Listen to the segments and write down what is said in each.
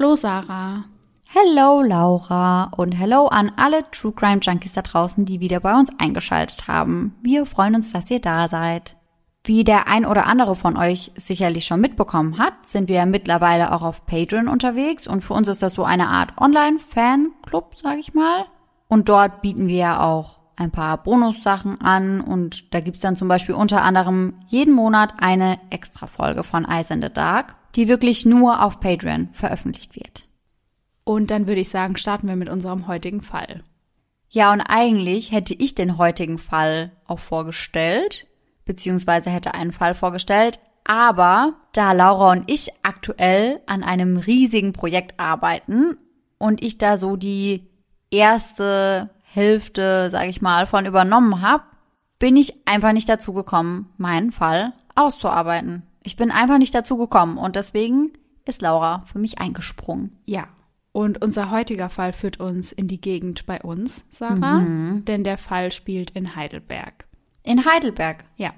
Hallo Sarah. Hello Laura und hello an alle True Crime Junkies da draußen, die wieder bei uns eingeschaltet haben. Wir freuen uns, dass ihr da seid. Wie der ein oder andere von euch sicherlich schon mitbekommen hat, sind wir mittlerweile auch auf Patreon unterwegs und für uns ist das so eine Art Online-Fanclub, sag ich mal. Und dort bieten wir ja auch ein paar Bonussachen an und da gibt's dann zum Beispiel unter anderem jeden Monat eine Extra-Folge von Eyes in the Dark, die wirklich nur auf Patreon veröffentlicht wird. Und dann würde ich sagen, starten wir mit unserem heutigen Fall. Ja, und eigentlich hätte ich den heutigen Fall auch vorgestellt, beziehungsweise hätte einen Fall vorgestellt, aber da Laura und ich aktuell an einem riesigen Projekt arbeiten und ich da so die erste Hälfte, sage ich mal, von übernommen habe, bin ich einfach nicht dazu gekommen, meinen Fall auszuarbeiten. Ich bin einfach nicht dazu gekommen und deswegen ist Laura für mich eingesprungen. Ja, und unser heutiger Fall führt uns in die Gegend bei uns, Sarah, denn der Fall spielt in Heidelberg. In Heidelberg? Ja.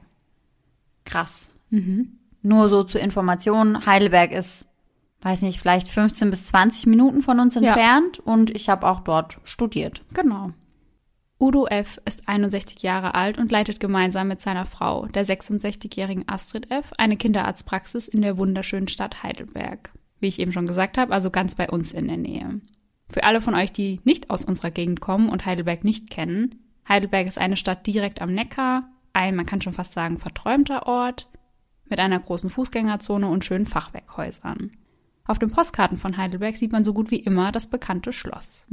Krass. Nur so zur Information, Heidelberg ist, weiß nicht, vielleicht 15 bis 20 Minuten von uns entfernt und ich habe auch dort studiert. Genau. Udo F. ist 61 Jahre alt und leitet gemeinsam mit seiner Frau, der 66-jährigen Astrid F., eine Kinderarztpraxis in der wunderschönen Stadt Heidelberg. Wie ich eben schon gesagt habe, also ganz bei uns in der Nähe. Für alle von euch, die nicht aus unserer Gegend kommen und Heidelberg nicht kennen, Heidelberg ist eine Stadt direkt am Neckar, ein, man kann schon fast sagen, verträumter Ort, mit einer großen Fußgängerzone und schönen Fachwerkhäusern. Auf den Postkarten von Heidelberg sieht man so gut wie immer das bekannte Schloss.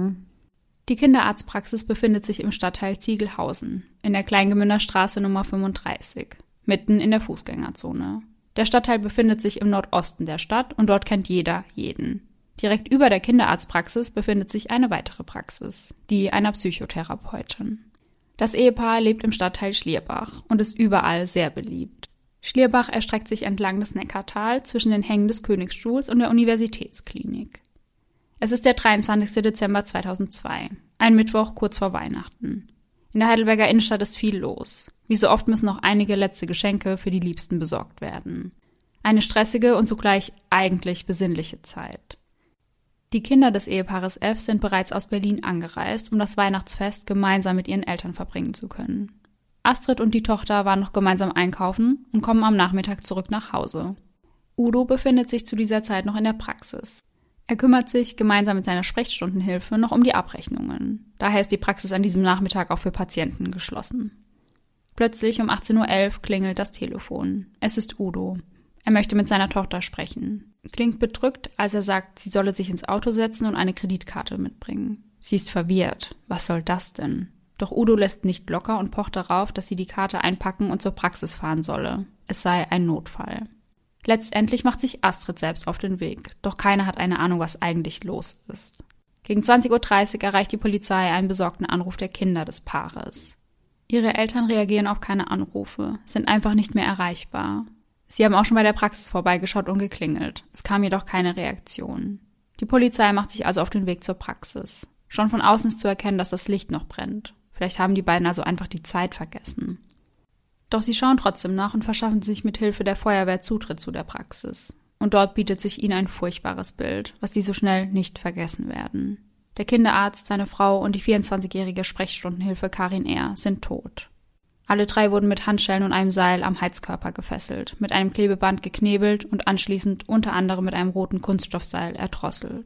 Die Kinderarztpraxis befindet sich im Stadtteil Ziegelhausen, in der Kleingemünder Straße Nummer 35, mitten in der Fußgängerzone. Der Stadtteil befindet sich im Nordosten der Stadt und dort kennt jeder jeden. Direkt über der Kinderarztpraxis befindet sich eine weitere Praxis, die einer Psychotherapeutin. Das Ehepaar lebt im Stadtteil Schlierbach und ist überall sehr beliebt. Schlierbach erstreckt sich entlang des Neckartal zwischen den Hängen des Königsstuhls und der Universitätsklinik. Es ist der 23. Dezember 2002, ein Mittwoch kurz vor Weihnachten. In der Heidelberger Innenstadt ist viel los. Wie so oft müssen noch einige letzte Geschenke für die Liebsten besorgt werden. Eine stressige und zugleich eigentlich besinnliche Zeit. Die Kinder des Ehepaares F. sind bereits aus Berlin angereist, um das Weihnachtsfest gemeinsam mit ihren Eltern verbringen zu können. Astrid und die Tochter waren noch gemeinsam einkaufen und kommen am Nachmittag zurück nach Hause. Udo befindet sich zu dieser Zeit noch in der Praxis. Er kümmert sich gemeinsam mit seiner Sprechstundenhilfe noch um die Abrechnungen. Daher ist die Praxis an diesem Nachmittag auch für Patienten geschlossen. Plötzlich um 18:11 Uhr klingelt das Telefon. Es ist Udo. Er möchte mit seiner Tochter sprechen. Klingt bedrückt, als er sagt, sie solle sich ins Auto setzen und eine Kreditkarte mitbringen. Sie ist verwirrt. Was soll das denn? Doch Udo lässt nicht locker und pocht darauf, dass sie die Karte einpacken und zur Praxis fahren solle. Es sei ein Notfall. Letztendlich macht sich Astrid selbst auf den Weg, doch keiner hat eine Ahnung, was eigentlich los ist. Gegen 20:30 Uhr erreicht die Polizei einen besorgten Anruf der Kinder des Paares. Ihre Eltern reagieren auf keine Anrufe, sind einfach nicht mehr erreichbar. Sie haben auch schon bei der Praxis vorbeigeschaut und geklingelt. Es kam jedoch keine Reaktion. Die Polizei macht sich also auf den Weg zur Praxis. Schon von außen ist zu erkennen, dass das Licht noch brennt. Vielleicht haben die beiden also einfach die Zeit vergessen. Doch sie schauen trotzdem nach und verschaffen sich mit Hilfe der Feuerwehr Zutritt zu der Praxis. Und dort bietet sich ihnen ein furchtbares Bild, was sie so schnell nicht vergessen werden. Der Kinderarzt, seine Frau und die 24-jährige Sprechstundenhilfe Karin R. sind tot. Alle drei wurden mit Handschellen und einem Seil am Heizkörper gefesselt, mit einem Klebeband geknebelt und anschließend unter anderem mit einem roten Kunststoffseil erdrosselt.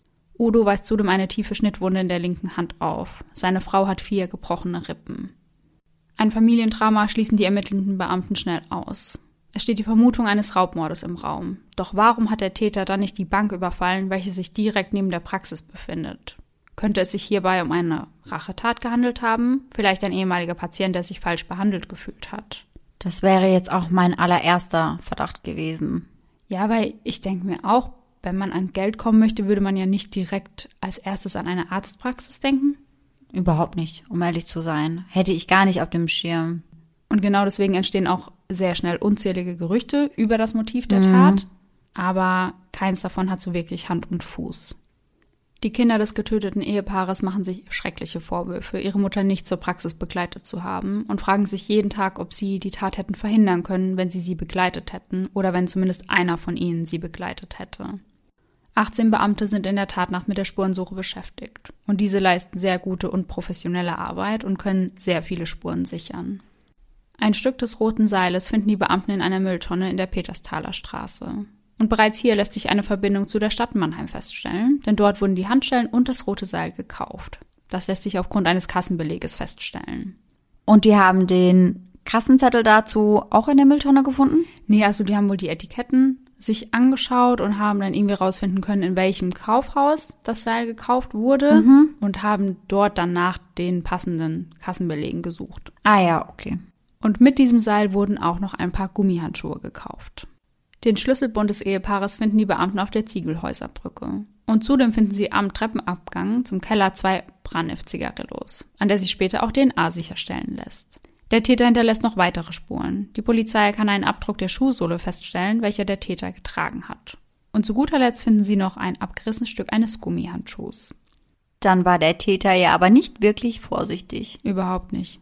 Udo weist zudem eine tiefe Schnittwunde in der linken Hand auf. Seine Frau hat 4 gebrochene Rippen. Ein Familiendrama schließen die ermittelnden Beamten schnell aus. Es steht die Vermutung eines Raubmordes im Raum. Doch warum hat der Täter dann nicht die Bank überfallen, welche sich direkt neben der Praxis befindet? Könnte es sich hierbei um eine Rachetat gehandelt haben? Vielleicht ein ehemaliger Patient, der sich falsch behandelt gefühlt hat. Das wäre jetzt auch mein allererster Verdacht gewesen. Ja, weil ich denke mir auch, wenn man an Geld kommen möchte, würde man ja nicht direkt als erstes an eine Arztpraxis denken. Überhaupt nicht, um ehrlich zu sein. Hätte ich gar nicht auf dem Schirm. Und genau deswegen entstehen auch sehr schnell unzählige Gerüchte über das Motiv der Tat. Aber keins davon hat so wirklich Hand und Fuß. Die Kinder des getöteten Ehepaares machen sich schreckliche Vorwürfe, ihre Mutter nicht zur Praxis begleitet zu haben und fragen sich jeden Tag, ob sie die Tat hätten verhindern können, wenn sie begleitet hätten oder wenn zumindest einer von ihnen sie begleitet hätte. 18 Beamte sind in der Tatnacht mit der Spurensuche beschäftigt. Und diese leisten sehr gute und professionelle Arbeit und können sehr viele Spuren sichern. Ein Stück des roten Seiles finden die Beamten in einer Mülltonne in der Petersthaler Straße. Und bereits hier lässt sich eine Verbindung zu der Stadt Mannheim feststellen, denn dort wurden die Handschellen und das rote Seil gekauft. Das lässt sich aufgrund eines Kassenbeleges feststellen. Und die haben den Kassenzettel dazu auch in der Mülltonne gefunden? Nee, also die haben wohl die Etiketten sich angeschaut und haben dann irgendwie rausfinden können, in welchem Kaufhaus das Seil gekauft wurde und haben dort dann nach den passenden Kassenbelegen gesucht. Ah ja, okay. Und mit diesem Seil wurden auch noch ein paar Gummihandschuhe gekauft. Den Schlüsselbund des Ehepaares finden die Beamten auf der Ziegelhäuserbrücke. Und zudem finden sie am Treppenabgang zum Keller 2 Brandnef-Zigarillos, an der sich später auch DNA sicherstellen lässt. Der Täter hinterlässt noch weitere Spuren. Die Polizei kann einen Abdruck der Schuhsohle feststellen, welcher der Täter getragen hat. Und zu guter Letzt finden sie noch ein abgerissenes Stück eines Gummihandschuhs. Dann war der Täter ja aber nicht wirklich vorsichtig. Überhaupt nicht.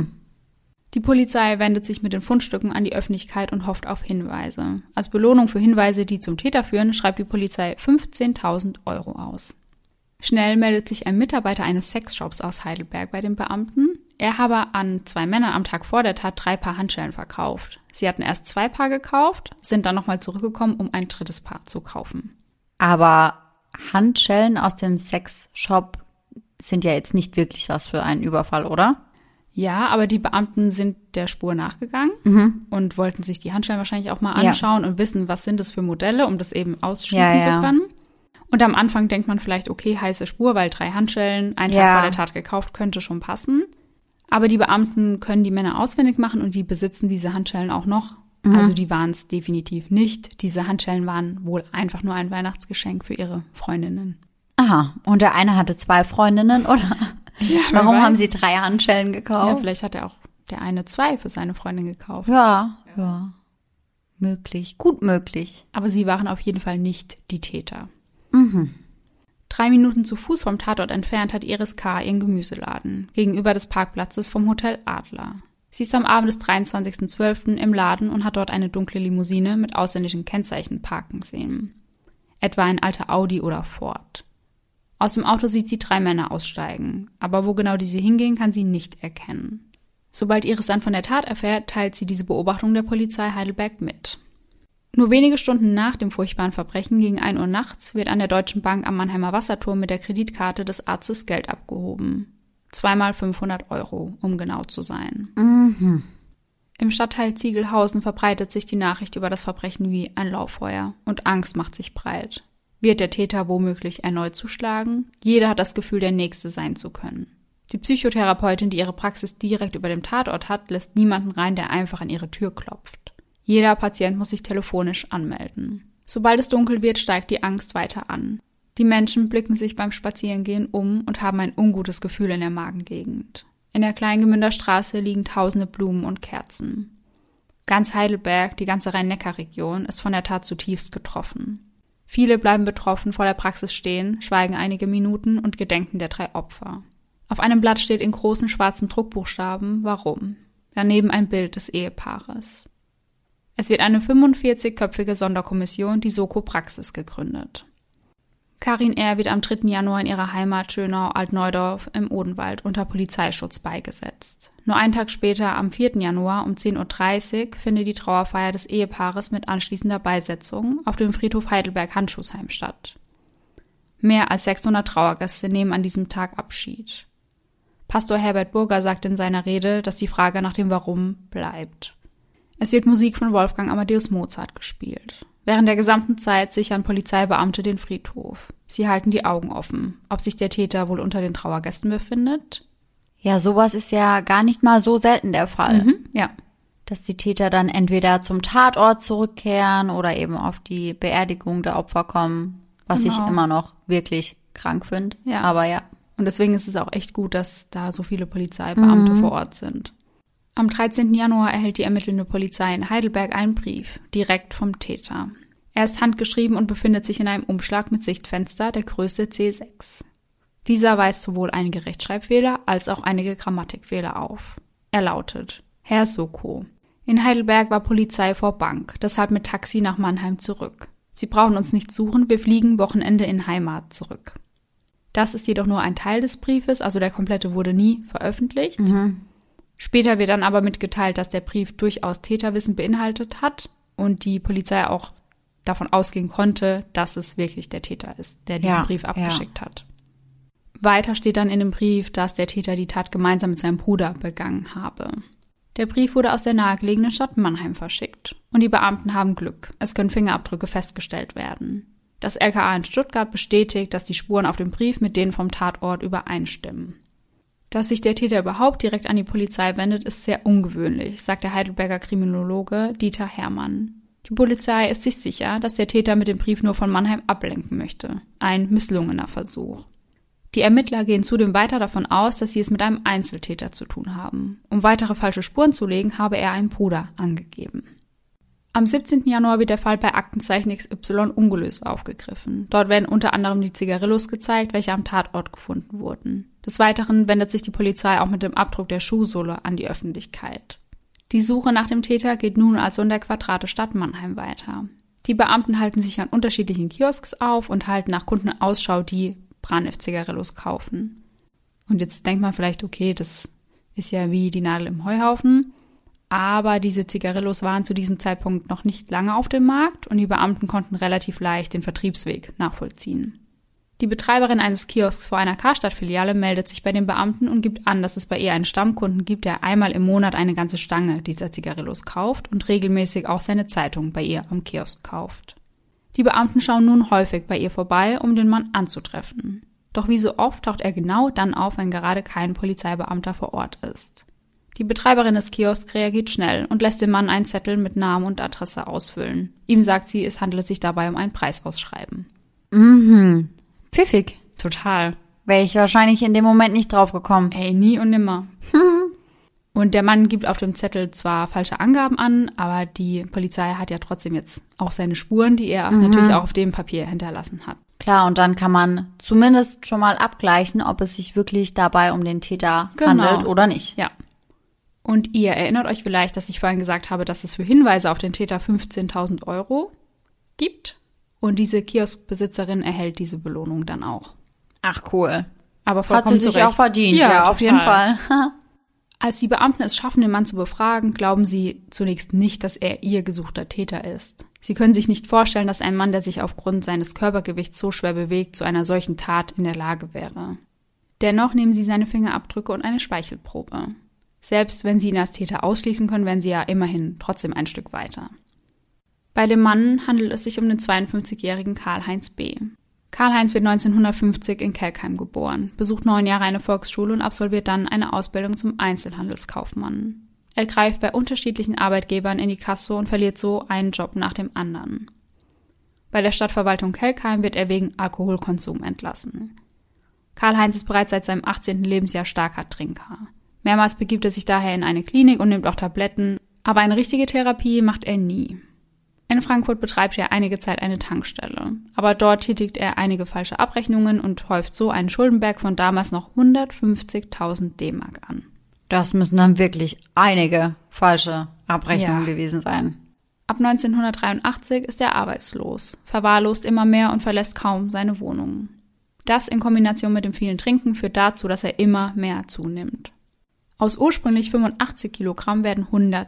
Die Polizei wendet sich mit den Fundstücken an die Öffentlichkeit und hofft auf Hinweise. Als Belohnung für Hinweise, die zum Täter führen, schreibt die Polizei 15.000 Euro aus. Schnell meldet sich ein Mitarbeiter eines Sexshops aus Heidelberg bei den Beamten. Er habe an 2 Männer am Tag vor der Tat 3 Paar Handschellen verkauft. Sie hatten erst 2 Paar gekauft, sind dann nochmal zurückgekommen, um ein 3. Paar zu kaufen. Aber Handschellen aus dem Sexshop sind ja jetzt nicht wirklich was für einen Überfall, oder? Ja, aber die Beamten sind der Spur nachgegangen und wollten sich die Handschellen wahrscheinlich auch mal anschauen und wissen, was sind das für Modelle, um das eben ausschließen zu können. Und am Anfang denkt man vielleicht, okay, heiße Spur, weil 3 Handschellen, ein Tag vor der Tat gekauft, könnte schon passen. Aber die Beamten können die Männer ausfindig machen und die besitzen diese Handschellen auch noch. Also die waren es definitiv nicht. Diese Handschellen waren wohl einfach nur ein Weihnachtsgeschenk für ihre Freundinnen. Aha, und der eine hatte 2 Freundinnen, oder? Ja, warum haben sie 3 Handschellen gekauft? Ja, vielleicht hat er auch der eine 2 für seine Freundin gekauft. Ja. Möglich, gut möglich. Aber sie waren auf jeden Fall nicht die Täter. 3 Minuten zu Fuß vom Tatort entfernt hat Iris K. ihren Gemüseladen, gegenüber des Parkplatzes vom Hotel Adler. Sie ist am Abend des 23.12. im Laden und hat dort eine dunkle Limousine mit ausländischen Kennzeichen parken sehen. Etwa ein alter Audi oder Ford. Aus dem Auto sieht sie 3 Männer aussteigen, aber wo genau diese hingehen, kann sie nicht erkennen. Sobald Iris dann von der Tat erfährt, teilt sie diese Beobachtung der Polizei Heidelberg mit. Nur wenige Stunden nach dem furchtbaren Verbrechen gegen 1 Uhr nachts wird an der Deutschen Bank am Mannheimer Wasserturm mit der Kreditkarte des Arztes Geld abgehoben. 2-mal 500 Euro, um genau zu sein. Im Stadtteil Ziegelhausen verbreitet sich die Nachricht über das Verbrechen wie ein Lauffeuer und Angst macht sich breit. Wird der Täter womöglich erneut zuschlagen? Jeder hat das Gefühl, der Nächste sein zu können. Die Psychotherapeutin, die ihre Praxis direkt über dem Tatort hat, lässt niemanden rein, der einfach an ihre Tür klopft. Jeder Patient muss sich telefonisch anmelden. Sobald es dunkel wird, steigt die Angst weiter an. Die Menschen blicken sich beim Spazierengehen um und haben ein ungutes Gefühl in der Magengegend. In der Kleingemünder Straße liegen tausende Blumen und Kerzen. Ganz Heidelberg, die ganze Rhein-Neckar-Region, ist von der Tat zutiefst getroffen. Viele bleiben betroffen vor der Praxis stehen, schweigen einige Minuten und gedenken der 3 Opfer. Auf einem Blatt steht in großen schwarzen Druckbuchstaben Warum. Daneben ein Bild des Ehepaares. Es wird eine 45-köpfige Sonderkommission, die Soko Praxis, gegründet. Karin R. wird am 3. Januar in ihrer Heimat Schönau-Altneudorf im Odenwald unter Polizeischutz beigesetzt. Nur einen Tag später, am 4. Januar um 10.30 Uhr, findet die Trauerfeier des Ehepaares mit anschließender Beisetzung auf dem Friedhof Heidelberg-Handschuhsheim statt. Mehr als 600 Trauergäste nehmen an diesem Tag Abschied. Pastor Herbert Burger sagt in seiner Rede, dass die Frage nach dem Warum bleibt. Es wird Musik von Wolfgang Amadeus Mozart gespielt. Während der gesamten Zeit sichern Polizeibeamte den Friedhof. Sie halten die Augen offen, ob sich der Täter wohl unter den Trauergästen befindet. Ja, sowas ist ja gar nicht mal so selten der Fall. Ja. Dass die Täter dann entweder zum Tatort zurückkehren oder eben auf die Beerdigung der Opfer kommen, was ich immer noch wirklich krank finde. Ja. Aber ja. Und deswegen ist es auch echt gut, dass da so viele Polizeibeamte vor Ort sind. Am 13. Januar erhält die ermittelnde Polizei in Heidelberg einen Brief, direkt vom Täter. Er ist handgeschrieben und befindet sich in einem Umschlag mit Sichtfenster der Größe C6. Dieser weist sowohl einige Rechtschreibfehler als auch einige Grammatikfehler auf. Er lautet: Herr Soko. In Heidelberg war Polizei vor Bank, deshalb mit Taxi nach Mannheim zurück. Sie brauchen uns nicht suchen, wir fliegen Wochenende in Heimat zurück. Das ist jedoch nur ein Teil des Briefes, also der komplette wurde nie veröffentlicht. Später wird dann aber mitgeteilt, dass der Brief durchaus Täterwissen beinhaltet hat und die Polizei auch davon ausgehen konnte, dass es wirklich der Täter ist, der diesen Brief abgeschickt hat. Weiter steht dann in dem Brief, dass der Täter die Tat gemeinsam mit seinem Bruder begangen habe. Der Brief wurde aus der nahegelegenen Stadt Mannheim verschickt. Und die Beamten haben Glück. Es können Fingerabdrücke festgestellt werden. Das LKA in Stuttgart bestätigt, dass die Spuren auf dem Brief mit denen vom Tatort übereinstimmen. Dass sich der Täter überhaupt direkt an die Polizei wendet, ist sehr ungewöhnlich, sagt der Heidelberger Kriminologe Dieter Herrmann. Die Polizei ist sich sicher, dass der Täter mit dem Brief nur von Mannheim ablenken möchte. Ein misslungener Versuch. Die Ermittler gehen zudem weiter davon aus, dass sie es mit einem Einzeltäter zu tun haben. Um weitere falsche Spuren zu legen, habe er einen Bruder angegeben. Am 17. Januar wird der Fall bei Aktenzeichen XY ungelöst aufgegriffen. Dort werden unter anderem die Zigarillos gezeigt, welche am Tatort gefunden wurden. Des Weiteren wendet sich die Polizei auch mit dem Abdruck der Schuhsohle an die Öffentlichkeit. Die Suche nach dem Täter geht nun also in der Quadratestadt Mannheim weiter. Die Beamten halten sich an unterschiedlichen Kiosks auf und halten nach Kunden Ausschau, die Braniff-Zigarillos kaufen. Und jetzt denkt man vielleicht, okay, das ist ja wie die Nadel im Heuhaufen. Aber diese Zigarillos waren zu diesem Zeitpunkt noch nicht lange auf dem Markt und die Beamten konnten relativ leicht den Vertriebsweg nachvollziehen. Die Betreiberin eines Kiosks vor einer Karstadt-Filiale meldet sich bei den Beamten und gibt an, dass es bei ihr einen Stammkunden gibt, der einmal im Monat eine ganze Stange dieser Zigarillos kauft und regelmäßig auch seine Zeitung bei ihr am Kiosk kauft. Die Beamten schauen nun häufig bei ihr vorbei, um den Mann anzutreffen. Doch wie so oft taucht er genau dann auf, wenn gerade kein Polizeibeamter vor Ort ist. Die Betreiberin des Kiosks reagiert schnell und lässt dem Mann einen Zettel mit Namen und Adresse ausfüllen. Ihm sagt sie, es handelt sich dabei um ein Preisausschreiben. Pfiffig. Total. Wäre ich wahrscheinlich in dem Moment nicht drauf gekommen. Ey, nie und nimmer. Und der Mann gibt auf dem Zettel zwar falsche Angaben an, aber die Polizei hat ja trotzdem jetzt auch seine Spuren, die er natürlich auch auf dem Papier hinterlassen hat. Klar, und dann kann man zumindest schon mal abgleichen, ob es sich wirklich dabei um den Täter handelt oder nicht. Ja. Und ihr erinnert euch vielleicht, dass ich vorhin gesagt habe, dass es für Hinweise auf den Täter 15.000 € gibt. Und diese Kioskbesitzerin erhält diese Belohnung dann auch. Ach, cool. Aber vollkommen hat sie sich auch verdient, ja auf jeden Fall. Als die Beamten es schaffen, den Mann zu befragen, glauben sie zunächst nicht, dass er ihr gesuchter Täter ist. Sie können sich nicht vorstellen, dass ein Mann, der sich aufgrund seines Körpergewichts so schwer bewegt, zu einer solchen Tat in der Lage wäre. Dennoch nehmen sie seine Fingerabdrücke und eine Speichelprobe. Selbst wenn sie ihn als Täter ausschließen können, werden sie ja immerhin trotzdem ein Stück weiter. Bei dem Mann handelt es sich um den 52-jährigen Karl-Heinz B. Karl-Heinz wird 1950 in Kelkheim geboren, besucht 9 Jahre eine Volksschule und absolviert dann eine Ausbildung zum Einzelhandelskaufmann. Er greift bei unterschiedlichen Arbeitgebern in die Kasse und verliert so einen Job nach dem anderen. Bei der Stadtverwaltung Kelkheim wird er wegen Alkoholkonsum entlassen. Karl-Heinz ist bereits seit seinem 18. Lebensjahr starker Trinker. Mehrmals begibt er sich daher in eine Klinik und nimmt auch Tabletten, aber eine richtige Therapie macht er nie. In Frankfurt betreibt er einige Zeit eine Tankstelle, aber dort tätigt er einige falsche Abrechnungen und häuft so einen Schuldenberg von damals noch 150.000 D-Mark an. Das müssen dann wirklich einige falsche Abrechnungen gewesen sein. Ab 1983 ist er arbeitslos, verwahrlost immer mehr und verlässt kaum seine Wohnung. Das in Kombination mit dem vielen Trinken führt dazu, dass er immer mehr zunimmt. Aus ursprünglich 85 Kilogramm werden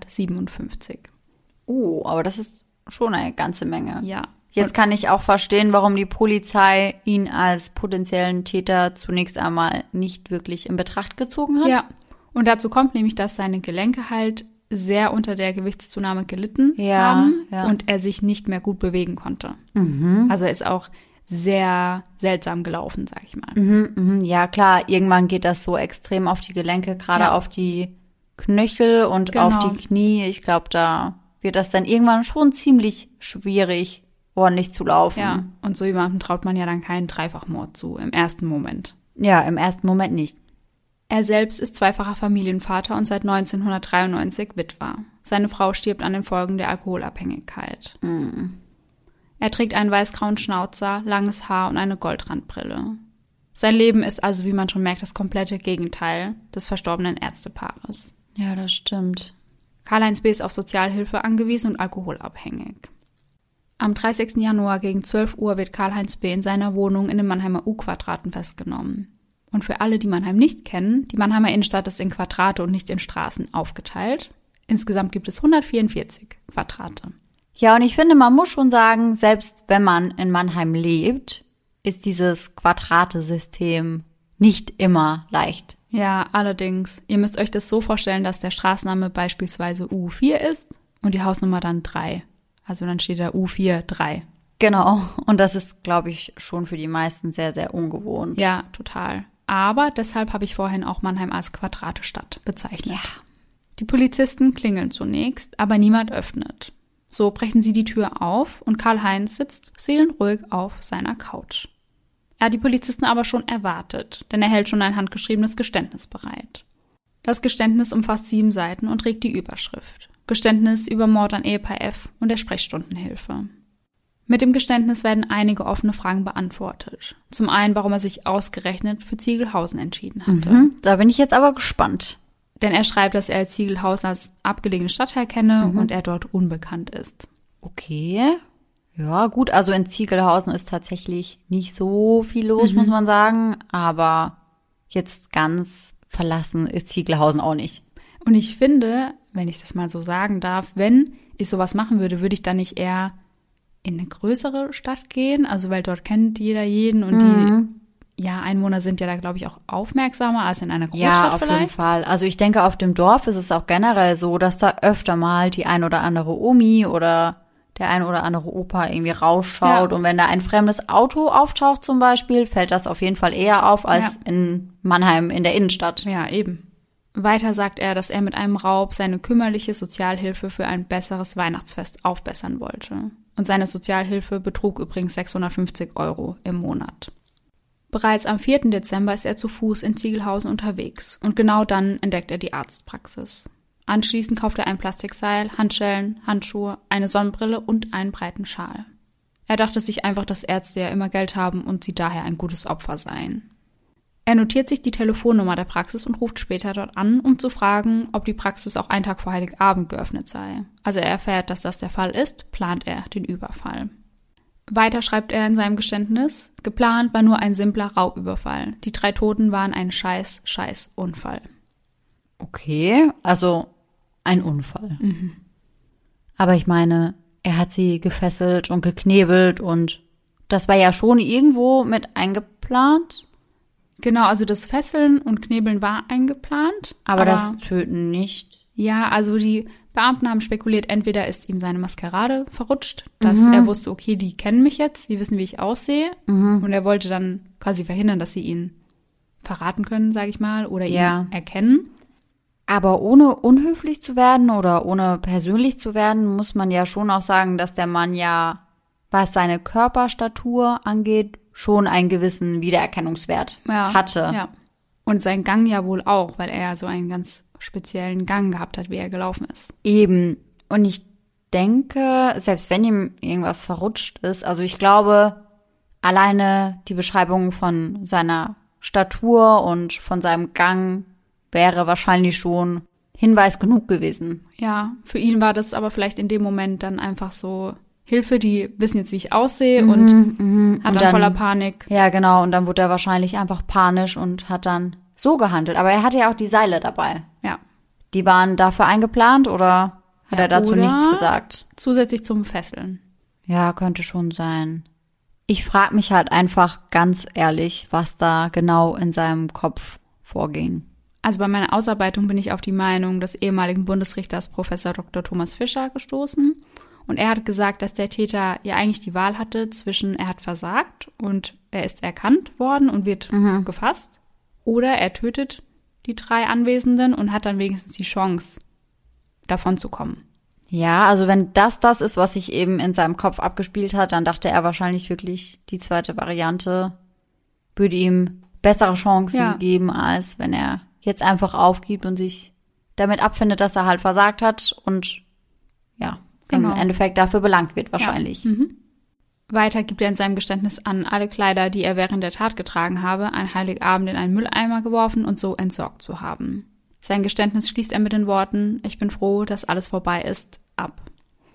157. Oh, aber das ist schon eine ganze Menge. Ja. Jetzt kann ich auch verstehen, warum die Polizei ihn als potenziellen Täter zunächst einmal nicht wirklich in Betracht gezogen hat. Ja, und dazu kommt nämlich, dass seine Gelenke halt sehr unter der Gewichtszunahme gelitten haben und er sich nicht mehr gut bewegen konnte. Also er ist auch sehr seltsam gelaufen, sag ich mal. Ja, klar, irgendwann geht das so extrem auf die Gelenke, gerade auf die Knöchel und auf die Knie. Ich glaube, da wird das dann irgendwann schon ziemlich schwierig, ordentlich zu laufen. Ja, und so jemandem traut man ja dann keinen Dreifachmord zu, im ersten Moment. Ja, im ersten Moment nicht. Er selbst ist zweifacher Familienvater und seit 1993 Witwer. Seine Frau stirbt an den Folgen der Alkoholabhängigkeit. Er trägt einen weißgrauen Schnauzer, langes Haar und eine Goldrandbrille. Sein Leben ist also, wie man schon merkt, das komplette Gegenteil des verstorbenen Ärztepaares. Ja, das stimmt. Karl-Heinz B. ist auf Sozialhilfe angewiesen und alkoholabhängig. Am 30. Januar gegen 12 Uhr wird Karl-Heinz B. in seiner Wohnung in den Mannheimer U-Quadraten festgenommen. Und für alle, die Mannheim nicht kennen, die Mannheimer Innenstadt ist in Quadrate und nicht in Straßen aufgeteilt. Insgesamt gibt es 144 Quadrate. Ja, und ich finde, man muss schon sagen, selbst wenn man in Mannheim lebt, ist dieses Quadrate-System nicht immer leicht. Ja, allerdings. Ihr müsst euch das so vorstellen, dass der Straßenname beispielsweise U4 ist und die Hausnummer dann 3. Also dann steht da U4 3. Genau. Und das ist, glaube ich, schon für die meisten sehr, sehr ungewohnt. Ja, total. Aber deshalb habe ich vorhin auch Mannheim als Quadratestadt bezeichnet. Ja. Die Polizisten klingeln zunächst, aber niemand öffnet. So brechen sie die Tür auf und Karl-Heinz sitzt seelenruhig auf seiner Couch. Er hat die Polizisten aber schon erwartet, denn er hält schon ein handgeschriebenes Geständnis bereit. Das Geständnis umfasst 7 Seiten und trägt die Überschrift: Geständnis über Mord an Ehepaar F. und der Sprechstundenhilfe. Mit dem Geständnis werden einige offene Fragen beantwortet. Zum einen, warum er sich ausgerechnet für Ziegelhausen entschieden hatte. Da bin ich jetzt aber gespannt. Denn er schreibt, dass er Ziegelhausen als abgelegene Stadtteil kenne und er dort unbekannt ist. Okay. Ja, gut, also in Ziegelhausen ist tatsächlich nicht so viel los, muss man sagen. Aber jetzt ganz verlassen ist Ziegelhausen auch nicht. Und ich finde, wenn ich das mal so sagen darf, wenn ich sowas machen würde, würde ich dann nicht eher in eine größere Stadt gehen? Also weil dort kennt jeder jeden und die Einwohner sind ja da, glaube ich, auch aufmerksamer als in einer Großstadt Ja, auf vielleicht. jeden Fall. Also ich denke, auf dem Dorf ist es auch generell so, dass da öfter mal die ein oder andere Omi oder der ein oder andere Opa irgendwie rausschaut. Ja. Und wenn da ein fremdes Auto auftaucht zum Beispiel, fällt das auf jeden Fall eher auf als in Mannheim in der Innenstadt. Ja, eben. Weiter sagt er, dass er mit einem Raub seine kümmerliche Sozialhilfe für ein besseres Weihnachtsfest aufbessern wollte. Und seine Sozialhilfe betrug übrigens 650 € im Monat. Bereits am 4. Dezember ist er zu Fuß in Ziegelhausen unterwegs und genau dann entdeckt er die Arztpraxis. Anschließend kauft er ein Plastikseil, Handschellen, Handschuhe, eine Sonnenbrille und einen breiten Schal. Er dachte sich einfach, dass Ärzte ja immer Geld haben und sie daher ein gutes Opfer seien. Er notiert sich die Telefonnummer der Praxis und ruft später dort an, um zu fragen, ob die Praxis auch einen Tag vor Heiligabend geöffnet sei. Als er erfährt, dass das der Fall ist, plant er den Überfall. Weiter schreibt er in seinem Geständnis: Geplant war nur ein simpler Raubüberfall. Die 3 Toten waren ein scheiß Unfall. Okay, also ein Unfall. Aber ich meine, er hat sie gefesselt und geknebelt und das war ja schon irgendwo mit eingeplant. Genau, also das Fesseln und Knebeln war eingeplant. Aber das Töten nicht. Ja, also die Beamten haben spekuliert, entweder ist ihm seine Maskerade verrutscht, dass er wusste, okay, die kennen mich jetzt, die wissen, wie ich aussehe. Und er wollte dann quasi verhindern, dass sie ihn verraten können, sage ich mal, oder ihn erkennen. Aber ohne unhöflich zu werden oder ohne persönlich zu werden, muss man ja schon auch sagen, dass der Mann ja, was seine Körperstatur angeht, schon einen gewissen Wiedererkennungswert hatte. Ja. Und sein Gang ja wohl auch, weil er ja so einen ganz speziellen Gang gehabt hat, wie er gelaufen ist. Eben. Und ich denke, selbst wenn ihm irgendwas verrutscht ist, also ich glaube, alleine die Beschreibung von seiner Statur und von seinem Gang wäre wahrscheinlich schon Hinweis genug gewesen. Ja, für ihn war das aber vielleicht in dem Moment dann einfach so: Hilfe, die wissen jetzt, wie ich aussehe und hat dann voller Panik. Ja, genau. Und dann wurde er wahrscheinlich einfach panisch und hat dann so gehandelt. Aber er hatte ja auch die Seile dabei. Ja. Die waren dafür eingeplant oder hat er dazu oder nichts gesagt? Zusätzlich zum Fesseln. Ja, könnte schon sein. Ich frage mich halt einfach ganz ehrlich, was da genau in seinem Kopf vorging. Also bei meiner Ausarbeitung bin ich auf die Meinung des ehemaligen Bundesrichters Professor Dr. Thomas Fischer gestoßen. Und er hat gesagt, dass der Täter ja eigentlich die Wahl hatte zwischen, er hat versagt und er ist erkannt worden und wird gefasst, oder er tötet die 3 Anwesenden und hat dann wenigstens die Chance, davon zu kommen. Ja, also wenn das ist, was sich eben in seinem Kopf abgespielt hat, dann dachte er wahrscheinlich wirklich, die zweite Variante würde ihm bessere Chancen geben, als wenn er jetzt einfach aufgibt und sich damit abfindet, dass er halt versagt hat und im Endeffekt dafür belangt wird wahrscheinlich. Ja. Weiter gibt er in seinem Geständnis an, alle Kleider, die er während der Tat getragen habe, an Heiligabend in einen Mülleimer geworfen und so entsorgt zu haben. Sein Geständnis schließt er mit den Worten: Ich bin froh, dass alles vorbei ist, ab.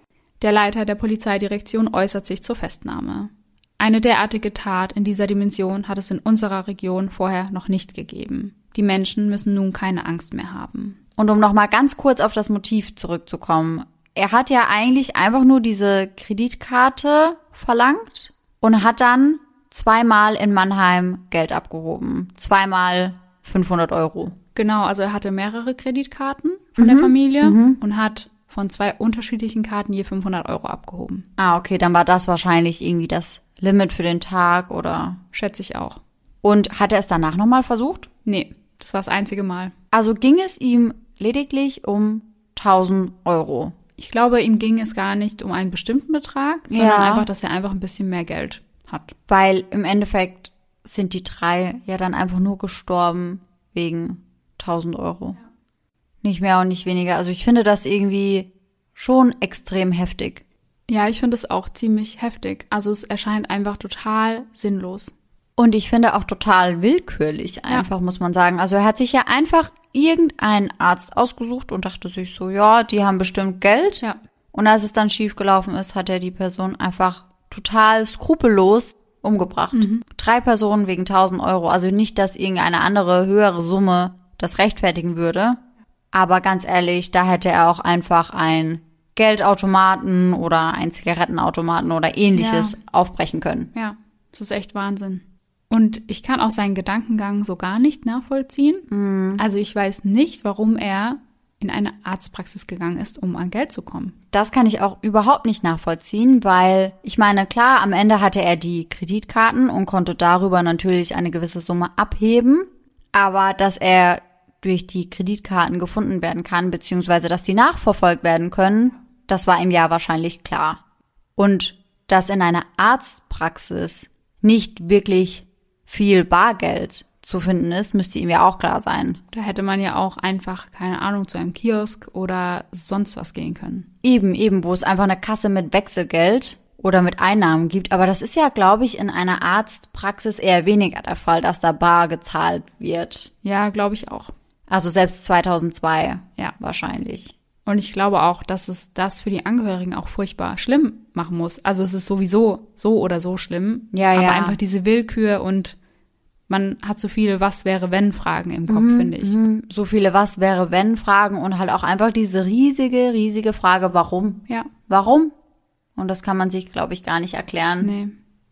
Der Leiter der Polizeidirektion äußert sich zur Festnahme. Eine derartige Tat in dieser Dimension hat es in unserer Region vorher noch nicht gegeben. Die Menschen müssen nun keine Angst mehr haben. Und um nochmal ganz kurz auf das Motiv zurückzukommen. Er hat ja eigentlich einfach nur diese Kreditkarte verlangt und hat dann 2-mal in Mannheim Geld abgehoben. 2-mal 500 Euro. Genau, also er hatte mehrere Kreditkarten von der Familie und hat von 2 unterschiedlichen Karten je 500 Euro abgehoben. Ah, okay, dann war das wahrscheinlich irgendwie das Limit für den Tag oder? Schätze ich auch. Und hat er es danach nochmal versucht? Nee, das war das einzige Mal. Also ging es ihm lediglich um 1.000 Euro. Ich glaube, ihm ging es gar nicht um einen bestimmten Betrag, sondern einfach, dass er einfach ein bisschen mehr Geld hat. Weil im Endeffekt sind die 3 ja dann einfach nur gestorben wegen 1.000 Euro. Ja. Nicht mehr und nicht weniger. Also ich finde das irgendwie schon extrem heftig. Ja, ich finde es auch ziemlich heftig. Also es erscheint einfach total sinnlos. Und ich finde auch total willkürlich einfach, muss man sagen. Also er hat sich ja einfach irgendeinen Arzt ausgesucht und dachte sich so, ja, die haben bestimmt Geld. Ja. Und als es dann schiefgelaufen ist, hat er die Person einfach total skrupellos umgebracht. 3 Personen wegen 1.000 Euro. Also nicht, dass irgendeine andere höhere Summe das rechtfertigen würde. Aber ganz ehrlich, da hätte er auch einfach einen Geldautomaten oder einen Zigarettenautomaten oder ähnliches aufbrechen können. Ja, das ist echt Wahnsinn. Und ich kann auch seinen Gedankengang so gar nicht nachvollziehen. Also ich weiß nicht, warum er in eine Arztpraxis gegangen ist, um an Geld zu kommen. Das kann ich auch überhaupt nicht nachvollziehen, weil ich meine, klar, am Ende hatte er die Kreditkarten und konnte darüber natürlich eine gewisse Summe abheben. Aber dass er durch die Kreditkarten gefunden werden kann, beziehungsweise dass die nachverfolgt werden können, das war ihm ja wahrscheinlich klar. Und dass in einer Arztpraxis nicht wirklich viel Bargeld zu finden ist, müsste ihm ja auch klar sein. Da hätte man ja auch einfach, keine Ahnung, zu einem Kiosk oder sonst was gehen können. Eben, wo es einfach eine Kasse mit Wechselgeld oder mit Einnahmen gibt. Aber das ist ja, glaube ich, in einer Arztpraxis eher weniger der Fall, dass da bar gezahlt wird. Ja, glaube ich auch. Also selbst 2002 wahrscheinlich. Und ich glaube auch, dass es das für die Angehörigen auch furchtbar schlimm machen muss. Also es ist sowieso so oder so schlimm. Aber einfach diese Willkür und man hat so viele Was-wäre-wenn-Fragen im Kopf, finde ich. So viele Was-wäre-wenn-Fragen und halt auch einfach diese riesige Frage, warum? Ja. Warum? Und das kann man sich, glaube ich, gar nicht erklären. Nee.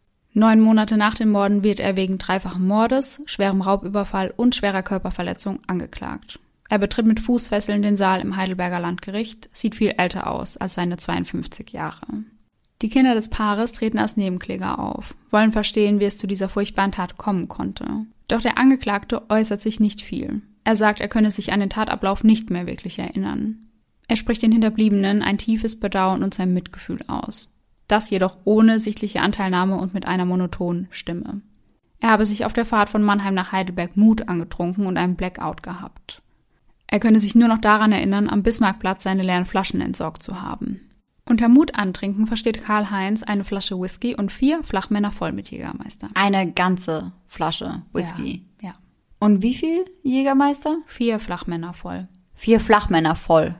9 Monate nach den Morden wird er wegen 3-fachen Mordes, schwerem Raubüberfall und schwerer Körperverletzung angeklagt. Er betritt mit Fußfesseln den Saal im Heidelberger Landgericht, sieht viel älter aus als seine 52 Jahre. Die Kinder des Paares treten als Nebenkläger auf, wollen verstehen, wie es zu dieser furchtbaren Tat kommen konnte. Doch der Angeklagte äußert sich nicht viel. Er sagt, er könne sich an den Tatablauf nicht mehr wirklich erinnern. Er spricht den Hinterbliebenen ein tiefes Bedauern und sein Mitgefühl aus. Das jedoch ohne sichtliche Anteilnahme und mit einer monotonen Stimme. Er habe sich auf der Fahrt von Mannheim nach Heidelberg Mut angetrunken und einen Blackout gehabt. Er könne sich nur noch daran erinnern, am Bismarckplatz seine leeren Flaschen entsorgt zu haben. Unter Mut antrinken versteht Karl-Heinz eine Flasche Whisky und 4 Flachmänner voll mit Jägermeister. Eine ganze Flasche Whisky? Ja. Und wie viel Jägermeister? 4 Flachmänner voll. 4 Flachmänner voll.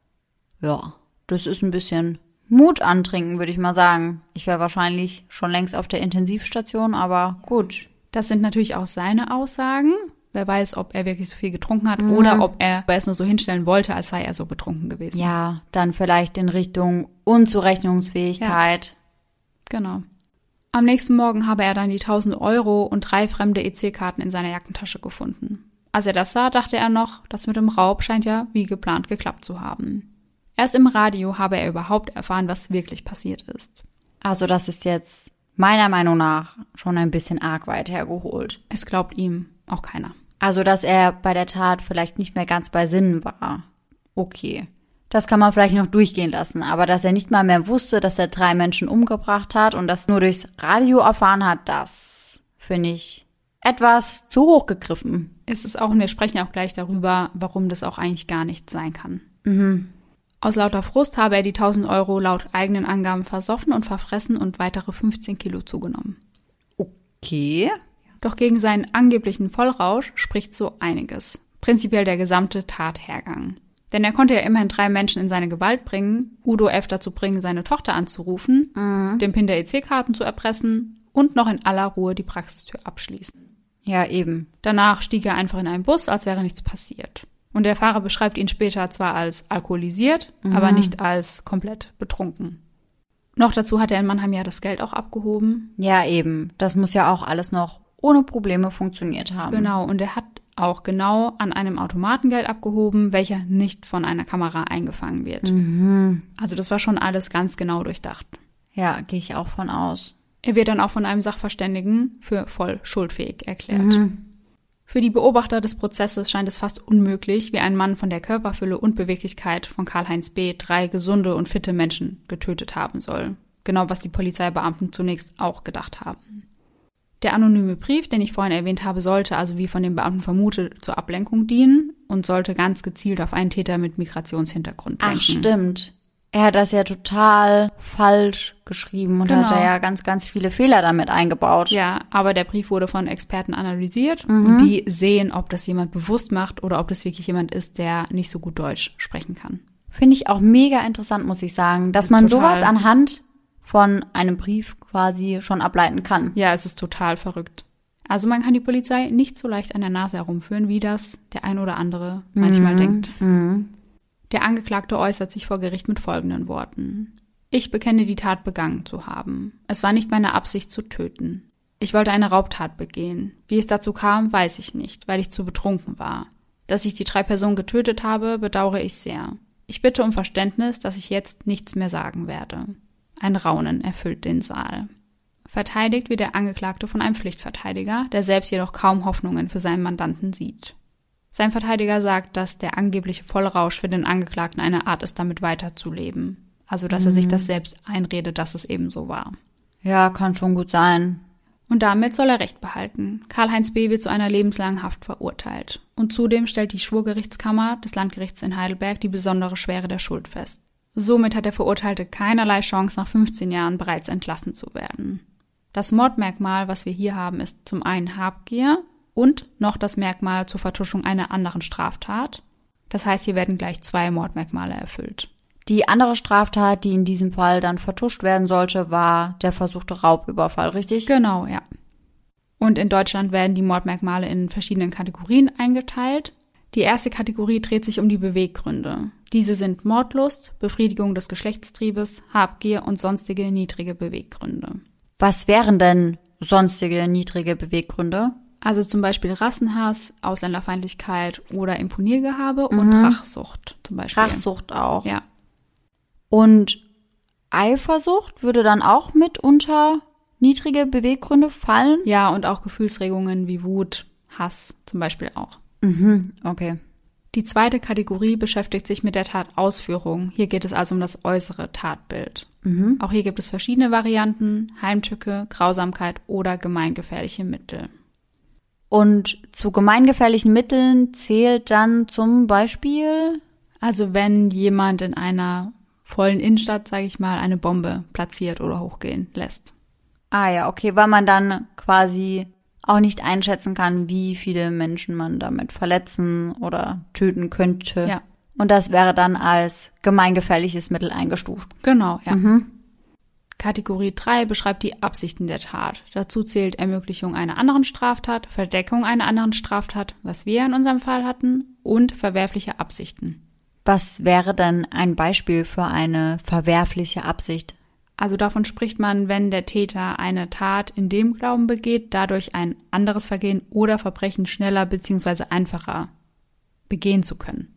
Ja, das ist ein bisschen Mut antrinken, würde ich mal sagen. Ich wäre wahrscheinlich schon längst auf der Intensivstation, aber gut. Das sind natürlich auch seine Aussagen. Wer weiß, ob er wirklich so viel getrunken hat oder ob er es nur so hinstellen wollte, als sei er so betrunken gewesen. Ja, dann vielleicht in Richtung Unzurechnungsfähigkeit. Ja. Genau. Am nächsten Morgen habe er dann die 1.000 Euro und 3 fremde EC-Karten in seiner Jackentasche gefunden. Als er das sah, dachte er noch, das mit dem Raub scheint ja wie geplant geklappt zu haben. Erst im Radio habe er überhaupt erfahren, was wirklich passiert ist. Also das ist jetzt meiner Meinung nach schon ein bisschen arg weit hergeholt. Es glaubt ihm auch keiner. Also, dass er bei der Tat vielleicht nicht mehr ganz bei Sinnen war. Okay. Das kann man vielleicht noch durchgehen lassen. Aber dass er nicht mal mehr wusste, dass er 3 Menschen umgebracht hat und das nur durchs Radio erfahren hat, das finde ich etwas zu hoch gegriffen. Ist es auch, und wir sprechen auch gleich darüber, warum das auch eigentlich gar nicht sein kann. Aus lauter Frust habe er die 1.000 Euro laut eigenen Angaben versoffen und verfressen und weitere 15 Kilo zugenommen. Okay. Doch gegen seinen angeblichen Vollrausch spricht so einiges. Prinzipiell der gesamte Tathergang. Denn er konnte ja immerhin 3 Menschen in seine Gewalt bringen, Udo F. dazu bringen, seine Tochter anzurufen, den PIN der EC-Karten zu erpressen und noch in aller Ruhe die Praxistür abschließen. Ja, eben. Danach stieg er einfach in einen Bus, als wäre nichts passiert. Und der Fahrer beschreibt ihn später zwar als alkoholisiert, aber nicht als komplett betrunken. Noch dazu hat er in Mannheim ja das Geld auch abgehoben. Ja, eben. Das muss ja auch alles noch ohne Probleme funktioniert haben. Genau, und er hat auch genau an einem Automaten Geld abgehoben, welcher nicht von einer Kamera eingefangen wird. Also das war schon alles ganz genau durchdacht. Ja, gehe ich auch von aus. Er wird dann auch von einem Sachverständigen für voll schuldfähig erklärt. Für die Beobachter des Prozesses scheint es fast unmöglich, wie ein Mann von der Körperfülle und Beweglichkeit von Karl-Heinz B. 3 gesunde und fitte Menschen getötet haben soll. Genau, was die Polizeibeamten zunächst auch gedacht haben. Der anonyme Brief, den ich vorhin erwähnt habe, sollte also wie von den Beamten vermutet zur Ablenkung dienen und sollte ganz gezielt auf einen Täter mit Migrationshintergrund lenken. Ach, stimmt. Er hat das ja total falsch geschrieben und hat da ja ganz, ganz viele Fehler damit eingebaut. Ja, aber der Brief wurde von Experten analysiert und die sehen, ob das jemand bewusst macht oder ob das wirklich jemand ist, der nicht so gut Deutsch sprechen kann. Finde ich auch mega interessant, muss ich sagen, dass man sowas anhand von einem Brief quasi schon ableiten kann. Ja, es ist total verrückt. Also man kann die Polizei nicht so leicht an der Nase herumführen, wie das der ein oder andere manchmal denkt. Der Angeklagte äußert sich vor Gericht mit folgenden Worten. Ich bekenne die Tat begangen zu haben. Es war nicht meine Absicht zu töten. Ich wollte eine Raubtat begehen. Wie es dazu kam, weiß ich nicht, weil ich zu betrunken war. Dass ich die 3 Personen getötet habe, bedauere ich sehr. Ich bitte um Verständnis, dass ich jetzt nichts mehr sagen werde. Ein Raunen erfüllt den Saal. Verteidigt wird der Angeklagte von einem Pflichtverteidiger, der selbst jedoch kaum Hoffnungen für seinen Mandanten sieht. Sein Verteidiger sagt, dass der angebliche Vollrausch für den Angeklagten eine Art ist, damit weiterzuleben. Also, dass er sich das selbst einredet, dass es eben so war. Ja, kann schon gut sein. Und damit soll er Recht behalten. Karl-Heinz B. wird zu einer lebenslangen Haft verurteilt. Und zudem stellt die Schwurgerichtskammer des Landgerichts in Heidelberg die besondere Schwere der Schuld fest. Somit hat der Verurteilte keinerlei Chance, nach 15 Jahren bereits entlassen zu werden. Das Mordmerkmal, was wir hier haben, ist zum einen Habgier und noch das Merkmal zur Vertuschung einer anderen Straftat. Das heißt, hier werden gleich 2 Mordmerkmale erfüllt. Die andere Straftat, die in diesem Fall dann vertuscht werden sollte, war der versuchte Raubüberfall, richtig? Genau, ja. Und in Deutschland werden die Mordmerkmale in verschiedenen Kategorien eingeteilt. Die erste Kategorie dreht sich um die Beweggründe. Diese sind Mordlust, Befriedigung des Geschlechtstriebes, Habgier und sonstige niedrige Beweggründe. Was wären denn sonstige niedrige Beweggründe? Also zum Beispiel Rassenhass, Ausländerfeindlichkeit oder Imponiergehabe und Rachsucht zum Beispiel. Rachsucht auch. Ja. Und Eifersucht würde dann auch mit unter niedrige Beweggründe fallen? Ja, und auch Gefühlsregungen wie Wut, Hass zum Beispiel auch. Okay. Die zweite Kategorie beschäftigt sich mit der Tatausführung. Hier geht es also um das äußere Tatbild. Auch hier gibt es verschiedene Varianten, Heimtücke, Grausamkeit oder gemeingefährliche Mittel. Und zu gemeingefährlichen Mitteln zählt dann zum Beispiel? Also wenn jemand in einer vollen Innenstadt, sage ich mal, eine Bombe platziert oder hochgehen lässt. Ah ja, okay, weil man dann quasi auch nicht einschätzen kann, wie viele Menschen man damit verletzen oder töten könnte. Ja. Und das wäre dann als gemeingefährliches Mittel eingestuft. Genau, ja. Kategorie 3 beschreibt die Absichten der Tat. Dazu zählt Ermöglichung einer anderen Straftat, Verdeckung einer anderen Straftat, was wir in unserem Fall hatten, und verwerfliche Absichten. Was wäre denn ein Beispiel für eine verwerfliche Absicht? Also davon spricht man, wenn der Täter eine Tat in dem Glauben begeht, dadurch ein anderes Vergehen oder Verbrechen schneller bzw. einfacher begehen zu können.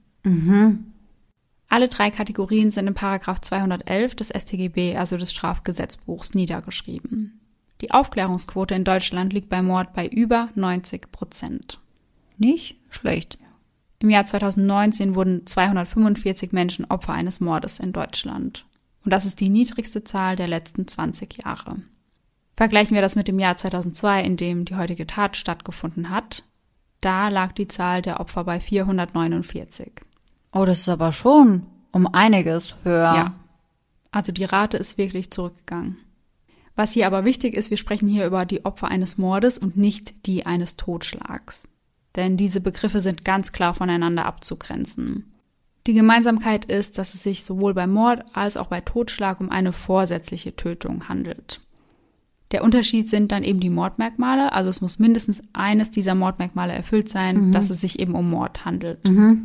Alle 3 Kategorien sind in Paragraph 211 des StGB, also des Strafgesetzbuchs, niedergeschrieben. Die Aufklärungsquote in Deutschland liegt bei Mord bei über 90%. Nicht schlecht. Im Jahr 2019 wurden 245 Menschen Opfer eines Mordes in Deutschland. Und das ist die niedrigste Zahl der letzten 20 Jahre. Vergleichen wir das mit dem Jahr 2002, in dem die heutige Tat stattgefunden hat. Da lag die Zahl der Opfer bei 449. Oh, das ist aber schon um einiges höher. Ja, also die Rate ist wirklich zurückgegangen. Was hier aber wichtig ist, wir sprechen hier über die Opfer eines Mordes und nicht die eines Totschlags. Denn diese Begriffe sind ganz klar voneinander abzugrenzen. Die Gemeinsamkeit ist, dass es sich sowohl bei Mord als auch bei Totschlag um eine vorsätzliche Tötung handelt. Der Unterschied sind dann eben die Mordmerkmale, also es muss mindestens eines dieser Mordmerkmale erfüllt sein, dass es sich eben um Mord handelt.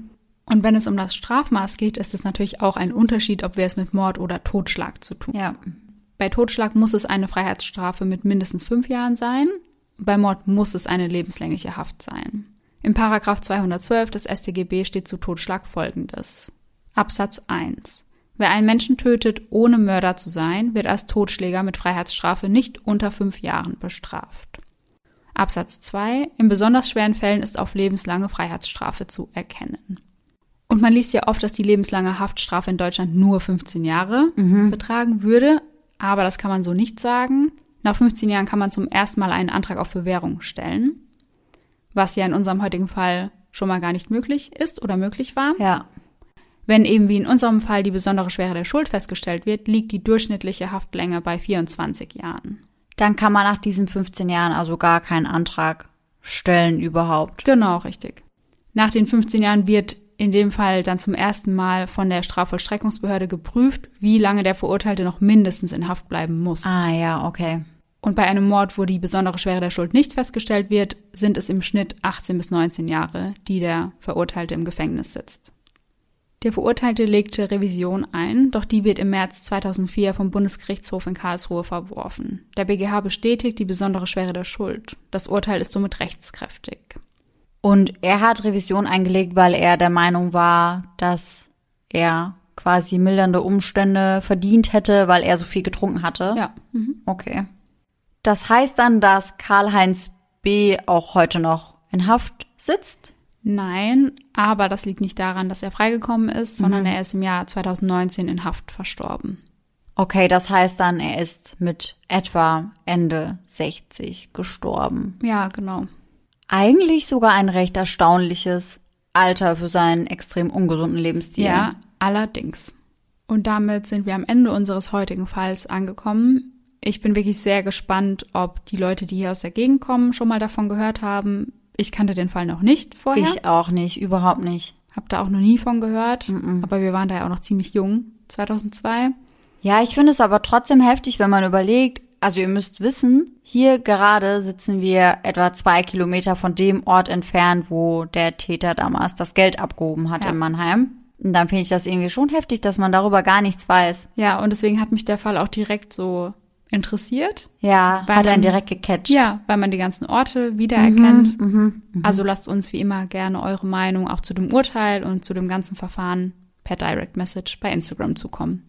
Und wenn es um das Strafmaß geht, ist es natürlich auch ein Unterschied, ob wir es mit Mord oder Totschlag zu tun haben. Ja. Bei Totschlag muss es eine Freiheitsstrafe mit mindestens 5 Jahren sein, bei Mord muss es eine lebenslängliche Haft sein. Im Paragraph 212 des StGB steht zu Totschlag Folgendes. Absatz 1. Wer einen Menschen tötet, ohne Mörder zu sein, wird als Totschläger mit Freiheitsstrafe nicht unter 5 Jahren bestraft. Absatz 2. In besonders schweren Fällen ist auf lebenslange Freiheitsstrafe zu erkennen. Und man liest ja oft, dass die lebenslange Haftstrafe in Deutschland nur 15 Jahre betragen würde, aber das kann man so nicht sagen. Nach 15 Jahren kann man zum ersten Mal einen Antrag auf Bewährung stellen, was ja in unserem heutigen Fall schon mal gar nicht möglich ist oder möglich war. Ja. Wenn eben wie in unserem Fall die besondere Schwere der Schuld festgestellt wird, liegt die durchschnittliche Haftlänge bei 24 Jahren. Dann kann man nach diesen 15 Jahren also gar keinen Antrag stellen überhaupt. Genau, richtig. Nach den 15 Jahren wird in dem Fall dann zum ersten Mal von der Strafvollstreckungsbehörde geprüft, wie lange der Verurteilte noch mindestens in Haft bleiben muss. Ah ja, okay. Und bei einem Mord, wo die besondere Schwere der Schuld nicht festgestellt wird, sind es im Schnitt 18 bis 19 Jahre, die der Verurteilte im Gefängnis sitzt. Der Verurteilte legte Revision ein, doch die wird im März 2004 vom Bundesgerichtshof in Karlsruhe verworfen. Der BGH bestätigt die besondere Schwere der Schuld. Das Urteil ist somit rechtskräftig. Und er hat Revision eingelegt, weil er der Meinung war, dass er quasi mildernde Umstände verdient hätte, weil er so viel getrunken hatte? Ja. Okay. Das heißt dann, dass Karl-Heinz B. auch heute noch in Haft sitzt? Nein, aber das liegt nicht daran, dass er freigekommen ist, sondern er ist im Jahr 2019 in Haft verstorben. Okay, das heißt dann, er ist mit etwa Ende 60 gestorben. Ja, genau. Eigentlich sogar ein recht erstaunliches Alter für seinen extrem ungesunden Lebensstil. Ja, allerdings. Und damit sind wir am Ende unseres heutigen Falls angekommen. Ich bin wirklich sehr gespannt, ob die Leute, die hier aus der Gegend kommen, schon mal davon gehört haben. Ich kannte den Fall noch nicht vorher. Ich auch nicht, überhaupt nicht. Hab da auch noch nie von gehört. Aber wir waren da ja auch noch ziemlich jung, 2002. Ja, ich finde es aber trotzdem heftig, wenn man überlegt, also ihr müsst wissen, hier gerade sitzen wir etwa 2 Kilometer von dem Ort entfernt, wo der Täter damals das Geld abgehoben hat in Mannheim. Und dann finde ich das irgendwie schon heftig, dass man darüber gar nichts weiß. Ja, und deswegen hat mich der Fall auch direkt so interessiert. Ja, hat einen direkt gecatcht. Ja, weil man die ganzen Orte wiedererkennt. Also lasst uns wie immer gerne eure Meinung auch zu dem Urteil und zu dem ganzen Verfahren per Direct Message bei Instagram zukommen.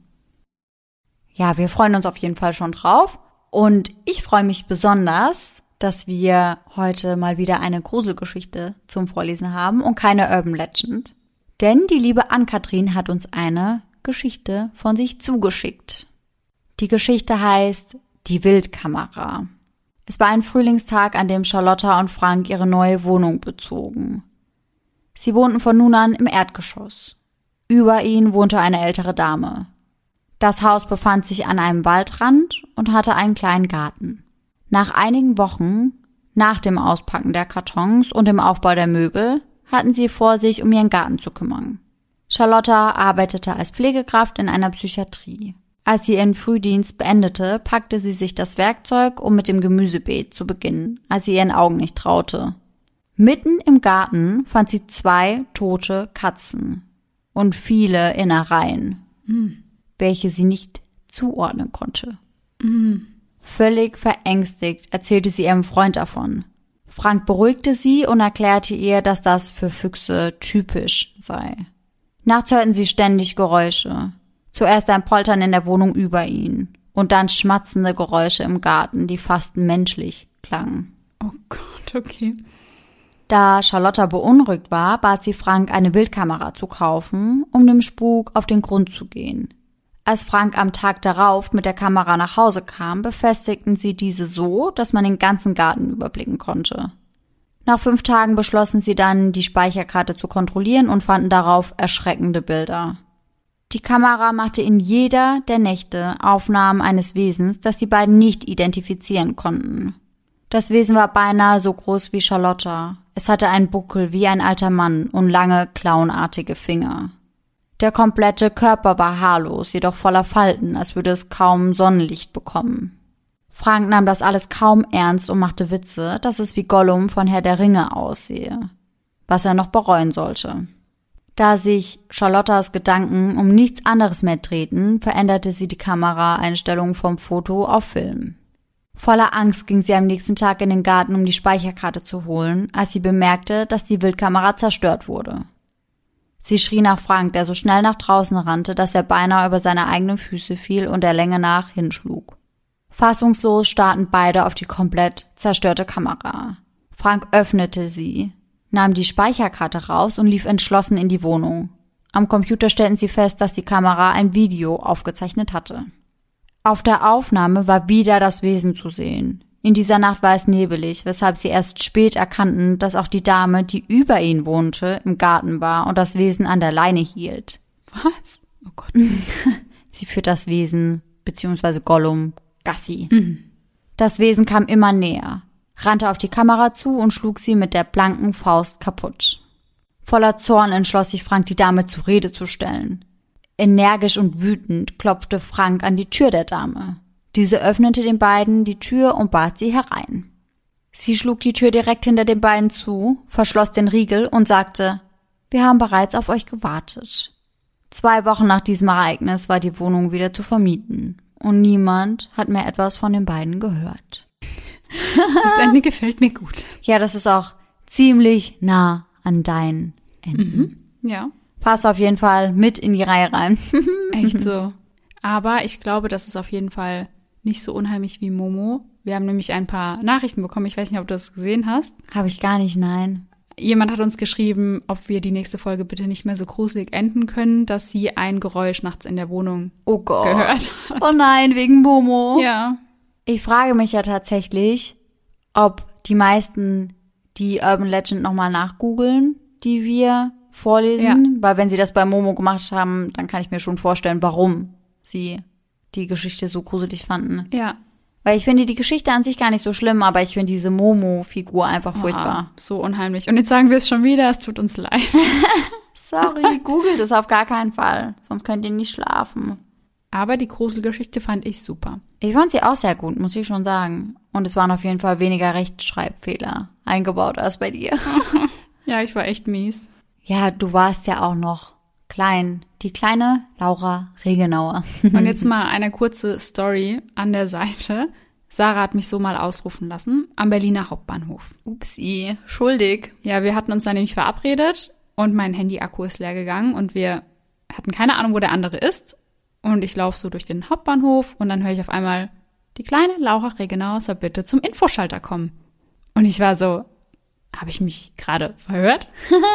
Ja, wir freuen uns auf jeden Fall schon drauf. Und ich freue mich besonders, dass wir heute mal wieder eine Gruselgeschichte zum Vorlesen haben und keine Urban Legend. Denn die liebe Ann-Kathrin hat uns eine Geschichte von sich zugeschickt. Die Geschichte heißt Die Wildkamera. Es war ein Frühlingstag, an dem Charlotta und Frank ihre neue Wohnung bezogen. Sie wohnten von nun an im Erdgeschoss. Über ihnen wohnte eine ältere Dame. Das Haus befand sich an einem Waldrand und hatte einen kleinen Garten. Nach einigen Wochen, nach dem Auspacken der Kartons und dem Aufbau der Möbel, hatten sie vor, sich um ihren Garten zu kümmern. Charlotta arbeitete als Pflegekraft in einer Psychiatrie. Als sie ihren Frühdienst beendete, packte sie sich das Werkzeug, um mit dem Gemüsebeet zu beginnen, als sie ihren Augen nicht traute. Mitten im Garten fand sie 2 tote Katzen und viele Innereien, welche sie nicht zuordnen konnte. Völlig verängstigt erzählte sie ihrem Freund davon. Frank beruhigte sie und erklärte ihr, dass das für Füchse typisch sei. Nachts hörten sie ständig Geräusche. Zuerst ein Poltern in der Wohnung über ihnen und dann schmatzende Geräusche im Garten, die fast menschlich klangen. Oh Gott, okay. Da Charlotta beunruhigt war, bat sie Frank, eine Wildkamera zu kaufen, um dem Spuk auf den Grund zu gehen. Als Frank am Tag darauf mit der Kamera nach Hause kam, befestigten sie diese so, dass man den ganzen Garten überblicken konnte. Nach 5 Tagen beschlossen sie dann, die Speicherkarte zu kontrollieren und fanden darauf erschreckende Bilder. Die Kamera machte in jeder der Nächte Aufnahmen eines Wesens, das die beiden nicht identifizieren konnten. Das Wesen war beinahe so groß wie Charlotta. Es hatte einen Buckel wie ein alter Mann und lange, klauenartige Finger. Der komplette Körper war haarlos, jedoch voller Falten, als würde es kaum Sonnenlicht bekommen. Frank nahm das alles kaum ernst und machte Witze, dass es wie Gollum von Herr der Ringe aussehe, was er noch bereuen sollte. Da sich Charlottas Gedanken um nichts anderes mehr drehten, veränderte sie die Kameraeinstellung vom Foto auf Film. Voller Angst ging sie am nächsten Tag in den Garten, um die Speicherkarte zu holen, als sie bemerkte, dass die Bildkamera zerstört wurde. Sie schrie nach Frank, der so schnell nach draußen rannte, dass er beinahe über seine eigenen Füße fiel und der Länge nach hinschlug. Fassungslos starrten beide auf die komplett zerstörte Kamera. Frank öffnete sie, nahm die Speicherkarte raus und lief entschlossen in die Wohnung. Am Computer stellten sie fest, dass die Kamera ein Video aufgezeichnet hatte. Auf der Aufnahme war wieder das Wesen zu sehen. In dieser Nacht war es nebelig, weshalb sie erst spät erkannten, dass auch die Dame, die über ihn wohnte, im Garten war und das Wesen an der Leine hielt. Was? Oh Gott. Sie führt das Wesen, beziehungsweise Gollum, Gassi. Das Wesen kam immer näher, rannte auf die Kamera zu und schlug sie mit der blanken Faust kaputt. Voller Zorn entschloss sich Frank, die Dame zur Rede zu stellen. Energisch und wütend klopfte Frank an die Tür der Dame. Diese öffnete den beiden die Tür und bat sie herein. Sie schlug die Tür direkt hinter den beiden zu, verschloss den Riegel und sagte, »Wir haben bereits auf euch gewartet.« 2 Wochen nach diesem Ereignis war die Wohnung wieder zu vermieten und niemand hat mehr etwas von den beiden gehört. Das Ende gefällt mir gut. Ja, das ist auch ziemlich nah an deinen Enden. Ja. Passt auf jeden Fall mit in die Reihe rein. Echt so. Aber ich glaube, das ist auf jeden Fall nicht so unheimlich wie Momo. Wir haben nämlich ein paar Nachrichten bekommen. Ich weiß nicht, ob du das gesehen hast. Habe ich gar nicht, nein. Jemand hat uns geschrieben, ob wir die nächste Folge bitte nicht mehr so gruselig enden können, dass sie ein Geräusch nachts in der Wohnung gehört hat. Oh nein, wegen Momo. Ja. Ich frage mich ja tatsächlich, ob die meisten die Urban Legend nochmal nachgoogeln, die wir vorlesen. Ja. Weil wenn sie das bei Momo gemacht haben, dann kann ich mir schon vorstellen, warum sie die Geschichte so gruselig fanden. Ja. Weil ich finde die Geschichte an sich gar nicht so schlimm, aber ich finde diese Momo-Figur einfach furchtbar. So unheimlich. Und jetzt sagen wir es schon wieder, es tut uns leid. Sorry, googelt es auf gar keinen Fall. Sonst könnt ihr nicht schlafen. Aber die Gruselgeschichte fand ich super. Ich fand sie auch sehr gut, muss ich schon sagen. Und es waren auf jeden Fall weniger Rechtschreibfehler eingebaut als bei dir. Ja, ich war echt mies. Ja, du warst ja auch noch klein. Die kleine Laura Regenauer. Und jetzt mal eine kurze Story an der Seite. Sarah hat mich so mal ausrufen lassen am Berliner Hauptbahnhof. Upsi, schuldig. Ja, wir hatten uns da nämlich verabredet und mein Handy-Akku ist leer gegangen und wir hatten keine Ahnung, wo der andere ist. Und ich laufe so durch den Hauptbahnhof und dann höre ich auf einmal, die kleine Laura Regenauer soll bitte zum Infoschalter kommen. Und ich war so, habe ich mich gerade verhört?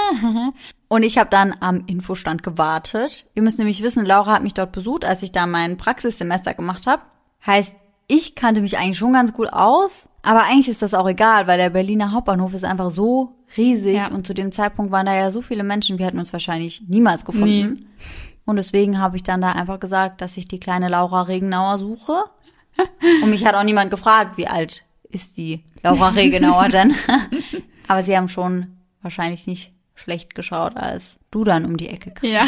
Und ich habe dann am Infostand gewartet. Ihr müsst nämlich wissen, Laura hat mich dort besucht, als ich da mein Praxissemester gemacht habe. Heißt, ich kannte mich eigentlich schon ganz gut aus, aber eigentlich ist das auch egal, weil der Berliner Hauptbahnhof ist einfach so riesig und zu dem Zeitpunkt waren da ja so viele Menschen, wir hätten uns wahrscheinlich niemals gefunden. Nee. Und deswegen habe ich dann da einfach gesagt, dass ich die kleine Laura Regenauer suche. Und mich hat auch niemand gefragt, wie alt ist die Laura Regenauer denn? Aber sie haben schon wahrscheinlich nicht schlecht geschaut, als du dann um die Ecke kamst. Ja.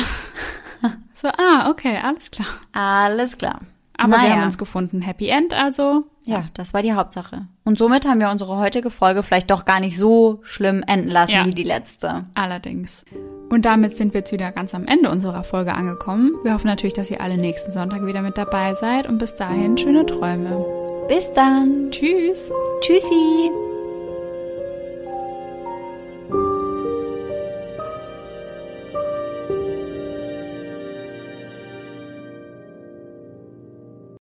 So, okay, alles klar. Alles klar. Aber wir haben uns gefunden. Happy End, also. Ja, das war die Hauptsache. Und somit haben wir unsere heutige Folge vielleicht doch gar nicht so schlimm enden lassen wie die letzte. Allerdings. Und damit sind wir jetzt wieder ganz am Ende unserer Folge angekommen. Wir hoffen natürlich, dass ihr alle nächsten Sonntag wieder mit dabei seid. Und bis dahin schöne Träume. Bis dann. Tschüss. Tschüssi.